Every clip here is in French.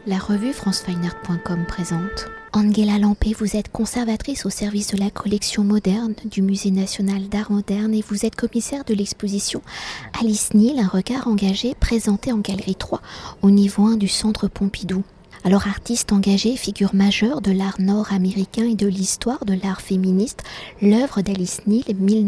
La revue francefineart.com présente. Angela Lampé, vous êtes conservatrice au service de la collection moderne du Musée national d'art moderne et vous êtes commissaire de l'exposition Alice Neel, un regard engagé, présentée en Galerie 3 au niveau 1 du Centre Pompidou. Alors artiste engagée, figure majeure de l'art nord-américain et de l'histoire de l'art féministe, l'œuvre d'Alice Neel,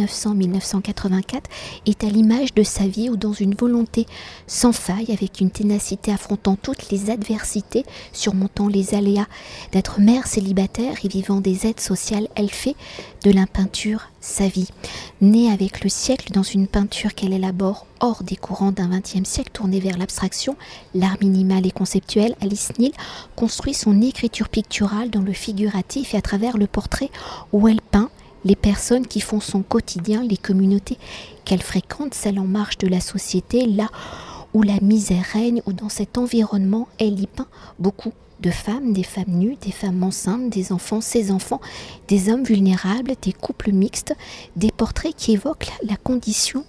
1900-1984, est à l'image de sa vie où dans une volonté sans faille, avec une ténacité affrontant toutes les adversités, surmontant les aléas d'être mère célibataire et vivant des aides sociales, elle fait de la peinture sa vie. Née avec le siècle dans une peinture qu'elle élabore hors des courants d'un XXe siècle tournée vers l'abstraction, l'art minimal et conceptuel, Alice Neel construit son écriture picturale dans le figuratif et à travers le portrait où elle peint les personnes qui font son quotidien, les communautés qu'elle fréquente, celles en marge de la société, là où la misère règne, ou dans cet environnement, elle y peint beaucoup de femmes, des femmes nues, des femmes enceintes, des enfants, ses enfants, des hommes vulnérables, des couples mixtes, des portraits qui évoquent les conditions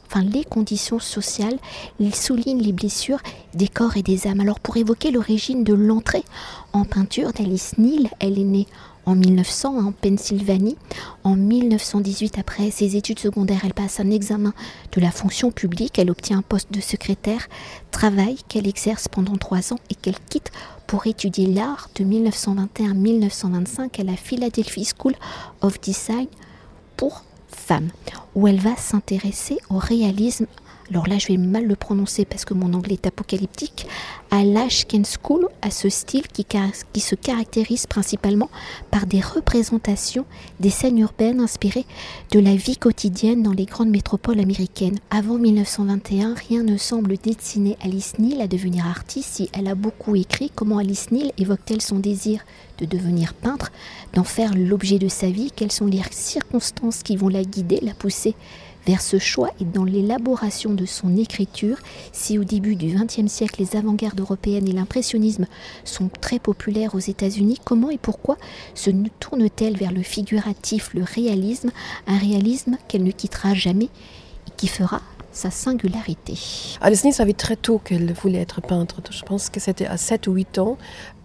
sociales. Ils soulignent les blessures des corps et des âmes. Alors pour évoquer l'origine de l'entrée en peinture d'Alice Neel, elle est née en 1900 en Pennsylvanie. En 1918, après ses études secondaires, elle passe un examen de la fonction publique. Elle obtient un poste de secrétaire, travail qu'elle exerce pendant 3 ans et qu'elle quitte pour étudier l'art de 1921 à 1925 à la Philadelphia School of Design pour femmes, où elle va s'intéresser au réalisme. Alors là, je vais mal le prononcer parce que mon anglais est apocalyptique. À l'Ashken School, à ce style qui se caractérise principalement par des représentations des scènes urbaines inspirées de la vie quotidienne dans les grandes métropoles américaines. Avant 1921, rien ne semble destiner Alice Neel à devenir artiste. Si elle a beaucoup écrit, comment Alice Neel évoque-t-elle son désir de devenir peintre, d'en faire l'objet de sa vie? Quelles sont les circonstances qui vont la guider, la pousser vers ce choix et dans l'élaboration de son écriture? Si au début du XXe siècle, les avant-gardes européennes et l'impressionnisme sont très populaires aux États-Unis, comment et pourquoi se tourne-t-elle vers le figuratif, le réalisme, un réalisme qu'elle ne quittera jamais et qui fera sa singularité? Alice Neel savait très tôt qu'elle voulait être peintre. Je pense que c'était à 7 ou 8 ans.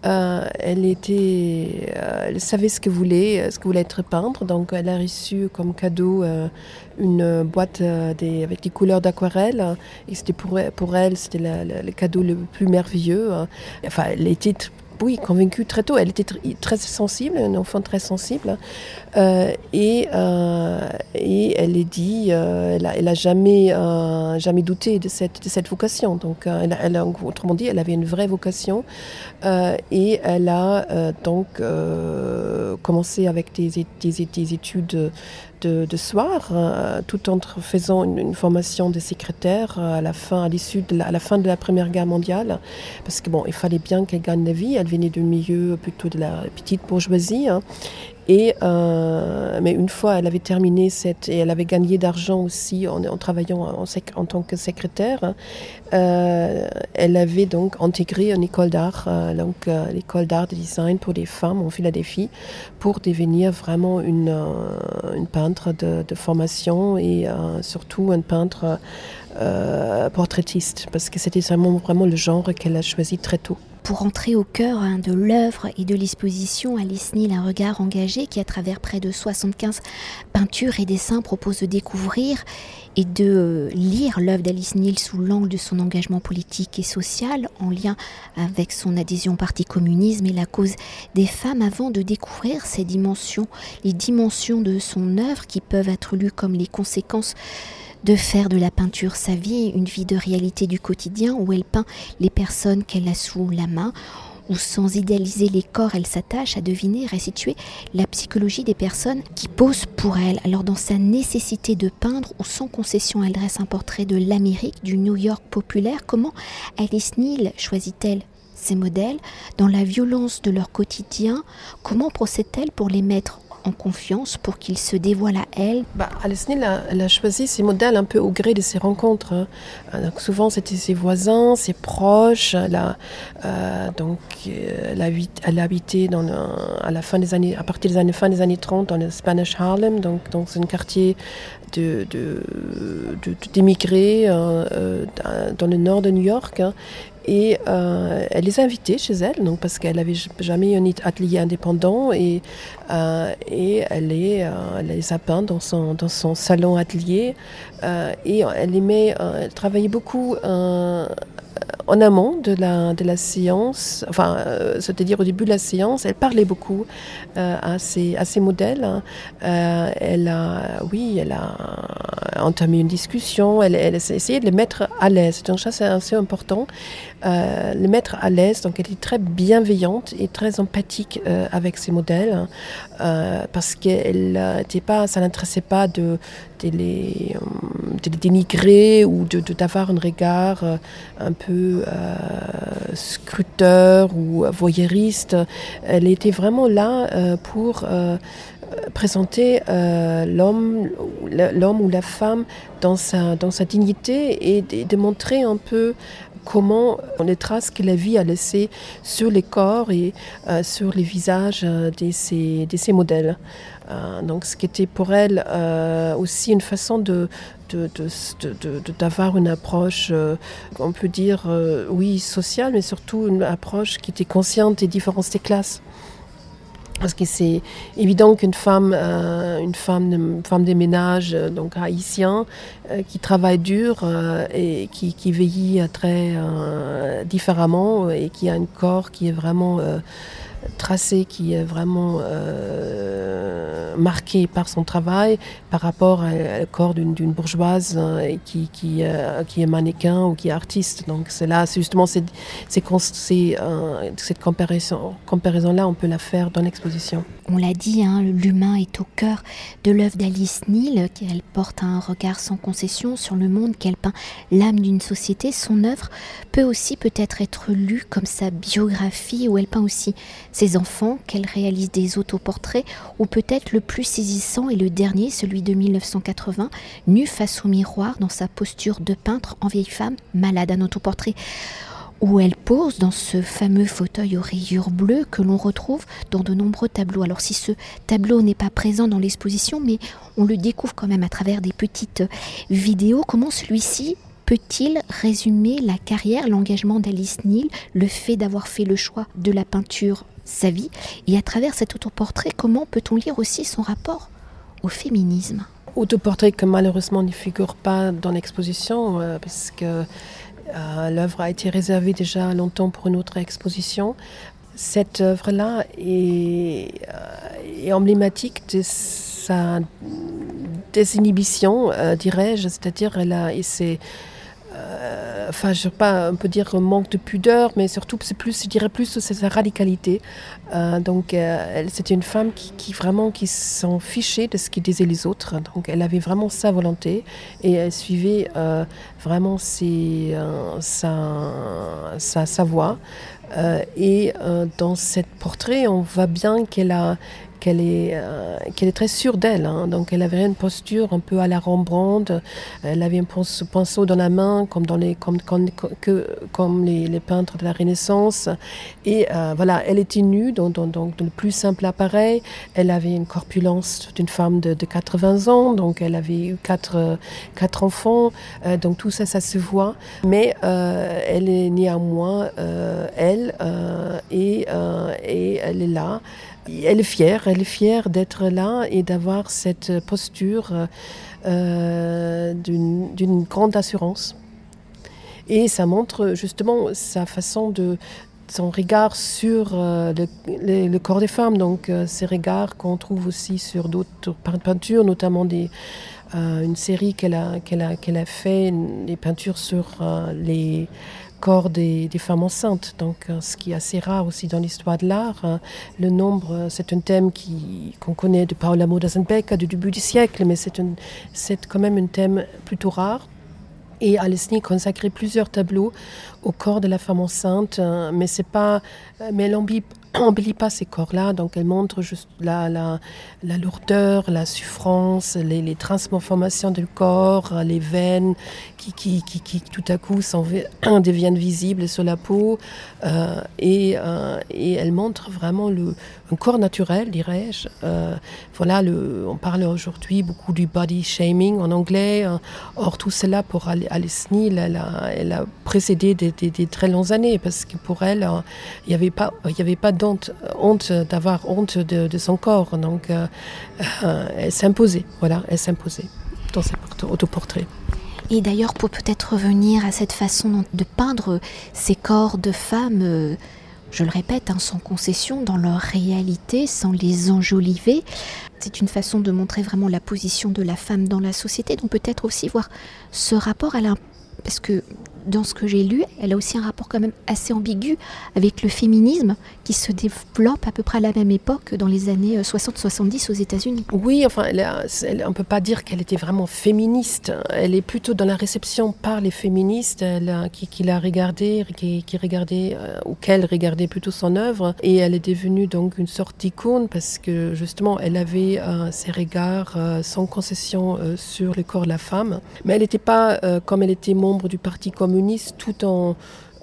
Elle savait ce que voulait être peintre. Donc elle a reçu comme cadeau une boîte avec des couleurs d'aquarelle. Et c'était pour elle, c'était le cadeau le plus merveilleux. Enfin, elle était convaincue très tôt. Elle était très sensible, un enfant très sensible. Et elle est dit, elle a jamais douté de cette vocation. Donc, autrement dit, elle avait une vraie vocation. Et elle a donc commencé avec des études de soir, tout en faisant une formation de secrétaire à la fin de la Première Guerre mondiale, parce que il fallait bien qu'elle gagne la vie. Elle venait d'un milieu plutôt de la petite bourgeoisie, hein. Mais une fois elle avait terminé et elle avait gagné d'argent aussi en travaillant en tant que secrétaire, elle avait donc intégré une école d'art, l'école d'art de design pour les femmes en Philadelphie, pour devenir vraiment une peintre de formation et surtout une peintre portraitiste, parce que c'était vraiment le genre qu'elle a choisi très tôt. Pour entrer au cœur de l'œuvre et de l'exposition, Alice Neel, un regard engagé qui, à travers près de 75 peintures et dessins, propose de découvrir et de lire l'œuvre d'Alice Neel sous l'angle de son engagement politique et social, en lien avec son adhésion au Parti communisme et la cause des femmes, avant de découvrir ces dimensions, les dimensions de son œuvre qui peuvent être lues comme les conséquences de faire de la peinture sa vie, une vie de réalité du quotidien où elle peint les personnes qu'elle a sous la main, où sans idéaliser les corps, elle s'attache à deviner et restituer la psychologie des personnes qui posent pour elle. Alors dans sa nécessité de peindre, où sans concession elle dresse un portrait de l'Amérique, du New York populaire, comment Alice Neel choisit-elle ses modèles dans la violence de leur quotidien? Comment procède-t-elle pour les mettre en confiance, pour qu'il se dévoile à elle? Alice Neel, elle a choisi ses modèles un peu au gré de ses rencontres, hein. Donc souvent c'était ses voisins, ses proches. Elle a habité à partir des fin des années 30 dans le Spanish Harlem, donc dans un quartier d'émigrés dans le nord de New York, hein. Et elle les a invités chez elle, donc, parce qu'elle n'avait jamais eu un atelier indépendant, et elle les a peints dans son salon atelier. Et elle travaillait beaucoup en amont de la séance, c'est-à-dire au début de la séance. Elle parlait beaucoup à ses modèles. Elle a entamé une discussion. Elle a essayé de les mettre à l'aise. Donc ça, c'est assez important. Les mettre à l'aise. Donc elle était très bienveillante et très empathique avec ses modèles, parce qu'elle ça l'intéressait pas de les dénigrer ou d'avoir un regard un peu scruteur ou voyeuriste. Elle était vraiment là pour présenter l'homme ou la femme dans sa dignité, et de montrer un peu comment les traces que la vie a laissées sur les corps et sur les visages de ces modèles. Donc, ce qui était pour elle aussi une façon d'avoir une approche, on peut dire, sociale, mais surtout une approche qui était consciente des différences des classes. Parce que c'est évident qu'une femme des ménages, donc haïtien, qui travaille dur et qui vieillit très différemment, et qui a un corps qui est vraiment tracé, qui est vraiment marqué par son travail, par rapport au corps d'une bourgeoise qui est mannequin ou qui est artiste. Donc c'est justement cette comparaison-là, on peut la faire dans l'exposition. On l'a dit, l'humain est au cœur de l'œuvre d'Alice Neel, qu'elle porte un regard sans concession sur le monde, qu'elle peint l'âme d'une société. Son œuvre peut aussi peut-être être lue comme sa biographie, où elle peint aussi ses enfants, qu'elle réalise des autoportraits, ou peut-être le plus saisissant est le dernier, celui de 1980, nue face au miroir dans sa posture de peintre en vieille femme malade, un autoportrait où elle pose dans ce fameux fauteuil aux rayures bleues que l'on retrouve dans de nombreux tableaux. Alors si ce tableau n'est pas présent dans l'exposition, mais on le découvre quand même à travers des petites vidéos, comment celui-ci peut-il résumer la carrière, l'engagement d'Alice Neel, le fait d'avoir fait le choix de la peinture, sa vie, et à travers cet autoportrait, comment peut-on lire aussi son rapport au féminisme ? Autoportrait que malheureusement ne figure pas dans l'exposition, parce que l'œuvre a été réservée déjà longtemps pour une autre exposition. Cette œuvre-là est emblématique de sa désinhibition, dirais-je, c'est-à-dire on peut dire un manque de pudeur, mais surtout je dirais plus sa radicalité. Donc c'était une femme qui s'en fichait de ce qu'ils disaient les autres. Donc elle avait vraiment sa volonté, et elle suivait vraiment sa voie. Et dans ce portrait, on voit bien qu'elle est très sûre d'elle. Donc elle avait une posture un peu à la Rembrandt. Elle avait un pinceau dans la main, comme les peintres de la Renaissance. Et elle était nue, donc le plus simple appareil. Elle avait une corpulence d'une femme de 80 ans, donc elle avait eu quatre enfants. Donc tout ça se voit. Mais elle est néanmoins elle est là. Elle est fière d'être là et d'avoir cette posture d'une grande assurance. Et ça montre justement son regard sur le corps des femmes, donc ces regards qu'on trouve aussi sur d'autres peintures, notamment une série qu'elle a fait, des peintures sur les corps des femmes enceintes, donc ce qui est assez rare aussi dans l'histoire de l'art. Le nombre, c'est un thème qu'on connaît de Paola Modersohn-Becker du début du siècle, mais c'est quand même un thème plutôt rare. Et Alice Neel consacrait plusieurs tableaux au corps de la femme enceinte, mais elle n'embellit pas ces corps-là, donc elle montre juste la lourdeur, la souffrance, les transformations du corps, les veines qui tout à coup deviennent visibles sur la peau, et elle montre vraiment un corps naturel, dirais-je. On parle aujourd'hui beaucoup du body shaming en anglais. Or tout cela pour Alice Neel, elle a précédé des des très longues années, parce que pour elle, il n'y avait pas honte d'avoir honte de son corps. Donc, elle s'imposait, dans ses autoportraits. Et d'ailleurs, pour peut-être revenir à cette façon de peindre ces corps de femmes, je le répète, sans concession, dans leur réalité, sans les enjoliver, c'est une façon de montrer vraiment la position de la femme dans la société. Donc peut-être aussi voir ce rapport parce que dans ce que j'ai lu, elle a aussi un rapport quand même assez ambigu avec le féminisme qui se développe à peu près à la même époque dans les années 60-70 aux États-Unis. Oui, enfin, on ne peut pas dire qu'elle était vraiment féministe. Elle est plutôt dans la réception par les féministes qui la regardaient, qui regardaient, ou qu'elle regardait plutôt son œuvre. Et elle est devenue donc une sorte d'icône parce que justement, elle avait ses regards sans concession sur le corps de la femme. Mais elle n'était pas, comme elle était membre du Parti communiste, tout en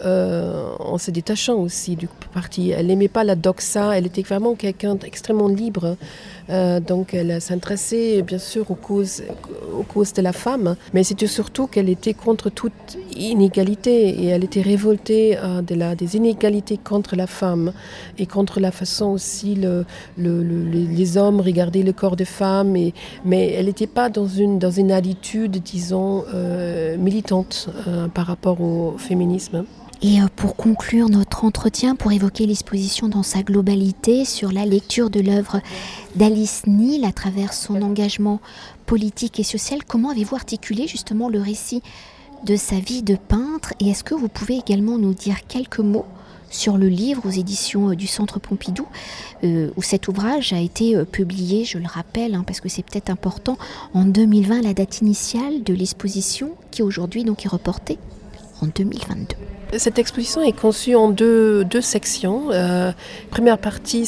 se détachant aussi du parti. Elle n'aimait pas la doxa, elle était vraiment quelqu'un d'extrêmement libre. Donc elle s'intéressait bien sûr aux causes de la femme, mais c'était surtout qu'elle était contre toute inégalité et elle était révoltée des inégalités contre la femme et contre la façon aussi les hommes regardaient le corps des femmes. Mais elle n'était pas dans une attitude, disons, militante par rapport au féminisme. Et pour conclure notre entretien, pour évoquer l'exposition dans sa globalité sur la lecture de l'œuvre d'Alice Neel à travers son engagement politique et social, comment avez-vous articulé justement le récit de sa vie de peintre? Et est-ce que vous pouvez également nous dire quelques mots sur le livre aux éditions du Centre Pompidou, où cet ouvrage a été publié, je le rappelle, parce que c'est peut-être important, en 2020, la date initiale de l'exposition, qui aujourd'hui donc est reportée en 2022. Cette exposition est conçue en deux sections. La première partie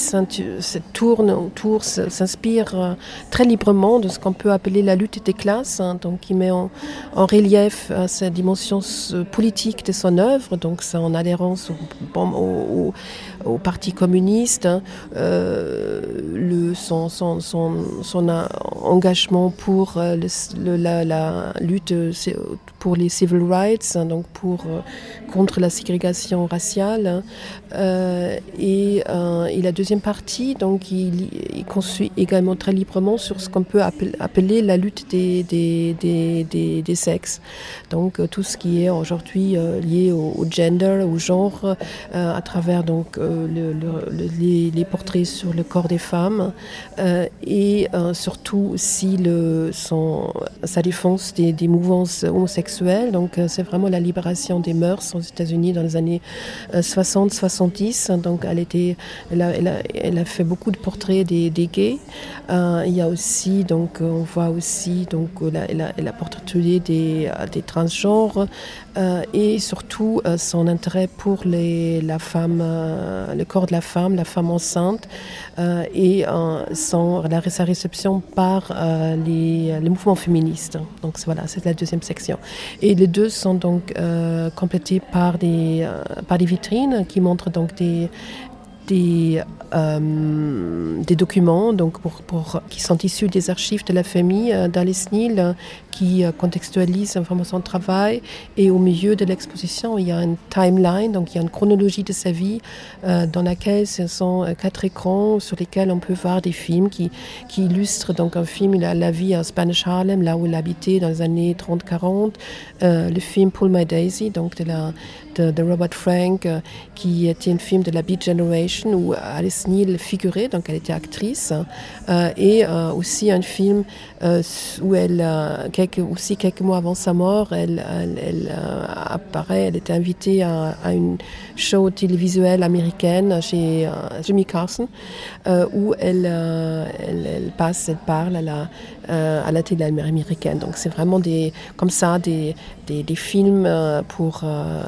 s'inspire très librement de ce qu'on peut appeler la lutte des classes, donc qui met en relief sa dimension politique de son œuvre, donc c'est en adhérence au Parti communiste, son engagement pour la lutte pour les civil rights, donc contre la ségrégation raciale. Et la deuxième partie, donc, il construit également très librement sur ce qu'on peut appeler la lutte des sexes. Donc tout ce qui est aujourd'hui lié au gender, au genre, à travers donc les portraits sur le corps des femmes et surtout aussi sa défense des mouvances homosexuelles. Donc c'est vraiment la libération des mœurs aux États-Unis dans les années 60-70. Donc elle a fait beaucoup de portraits des gays. Il y a aussi, donc on voit aussi, donc elle a portrait des transgenres et surtout son intérêt pour la femme, le corps de la femme enceinte et sa réception par les mouvements féministes. Donc voilà, c'est la deuxième section. Et les deux sont donc complétés par des vitrines qui montrent donc des documents donc qui sont issus des archives de la famille d'Alice Neel qui contextualisent vraiment son travail. Et au milieu de l'exposition, il y a une timeline, donc il y a une chronologie de sa vie dans laquelle ce sont 4 écrans sur lesquels on peut voir des films qui illustrent donc un film, la vie à Spanish Harlem, là où elle habitait dans les années 30-40, le film Pull My Daisy, donc de Robert Frank, qui était un film de la Beat Generation où Alice Neel figurait, donc elle était actrice, et aussi un film où elle, quelques mois avant sa mort, elle apparaît, elle était invitée à une show télévisuelle américaine chez Jimmy Carson, où elle parle à la télé américaine. Donc c'est vraiment des films pour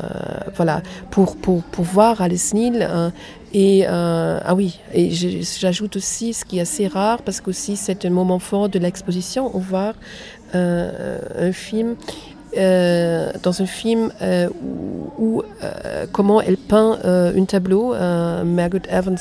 voir Alice Neel. Et j'ajoute aussi ce qui est assez rare, parce que aussi c'est un moment fort de l'exposition, on voit un film, dans un film où comment elle peint un tableau, Margaret Evans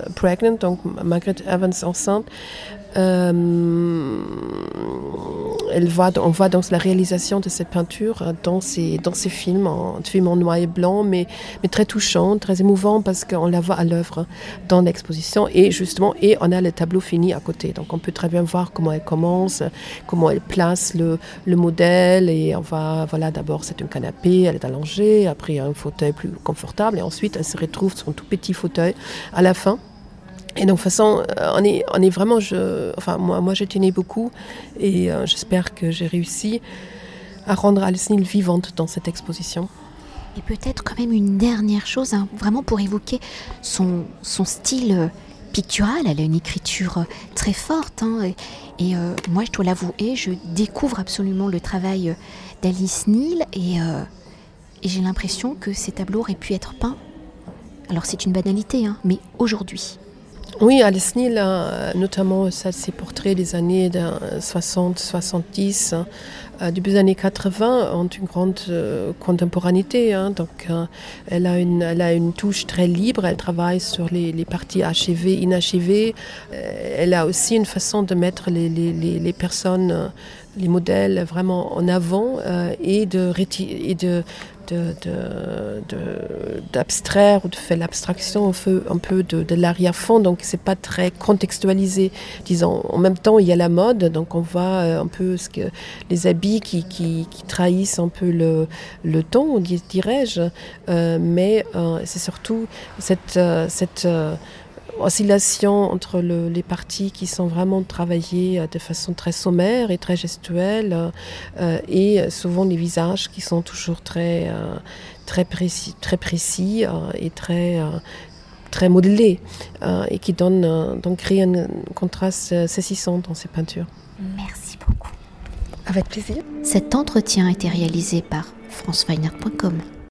pregnant, donc Margaret Evans enceinte. on voit donc la réalisation de cette peinture dans ces films, en noir et blanc, mais très touchant, très émouvant, parce qu'on la voit à l'œuvre dans l'exposition. Et justement, on a le tableau fini à côté. Donc on peut très bien voir comment elle commence, comment elle place le modèle. Et d'abord c'est un canapé, elle est allongée, après il y a un fauteuil plus confortable, et ensuite elle se retrouve sur un tout petit fauteuil à la fin. Et donc, de toute façon, on est vraiment... moi, je tenais beaucoup, et j'espère que j'ai réussi à rendre Alice Neal vivante dans cette exposition. Et peut-être quand même une dernière chose, vraiment pour évoquer son style pictural. Elle a une écriture très forte. Et moi, je dois l'avouer, je découvre absolument le travail d'Alice Neal. Et j'ai l'impression que ces tableaux auraient pu être peints. Alors, c'est une banalité, mais aujourd'hui. Oui, Alice Neal, notamment ses portraits des années 60-70, début des années 80, ont une grande contemporanéité. Donc, elle a une touche très libre. Elle travaille sur les parties achevées, inachevées. Elle a aussi une façon de mettre les personnes, les modèles vraiment en avant, et d'abstraire ou de faire l'abstraction un peu de l'arrière-fond, donc c'est pas très contextualisé, disons. En même temps, il y a la mode, donc on voit un peu les habits qui trahissent un peu le ton, dirais-je, mais c'est surtout cette oscillation entre les parties qui sont vraiment travaillées de façon très sommaire et très gestuelle, et souvent les visages qui sont toujours très précis et très modelés, et qui créent un contraste saisissant dans ces peintures. Merci beaucoup. Avec plaisir. Cet entretien a été réalisé par franceweiner.com.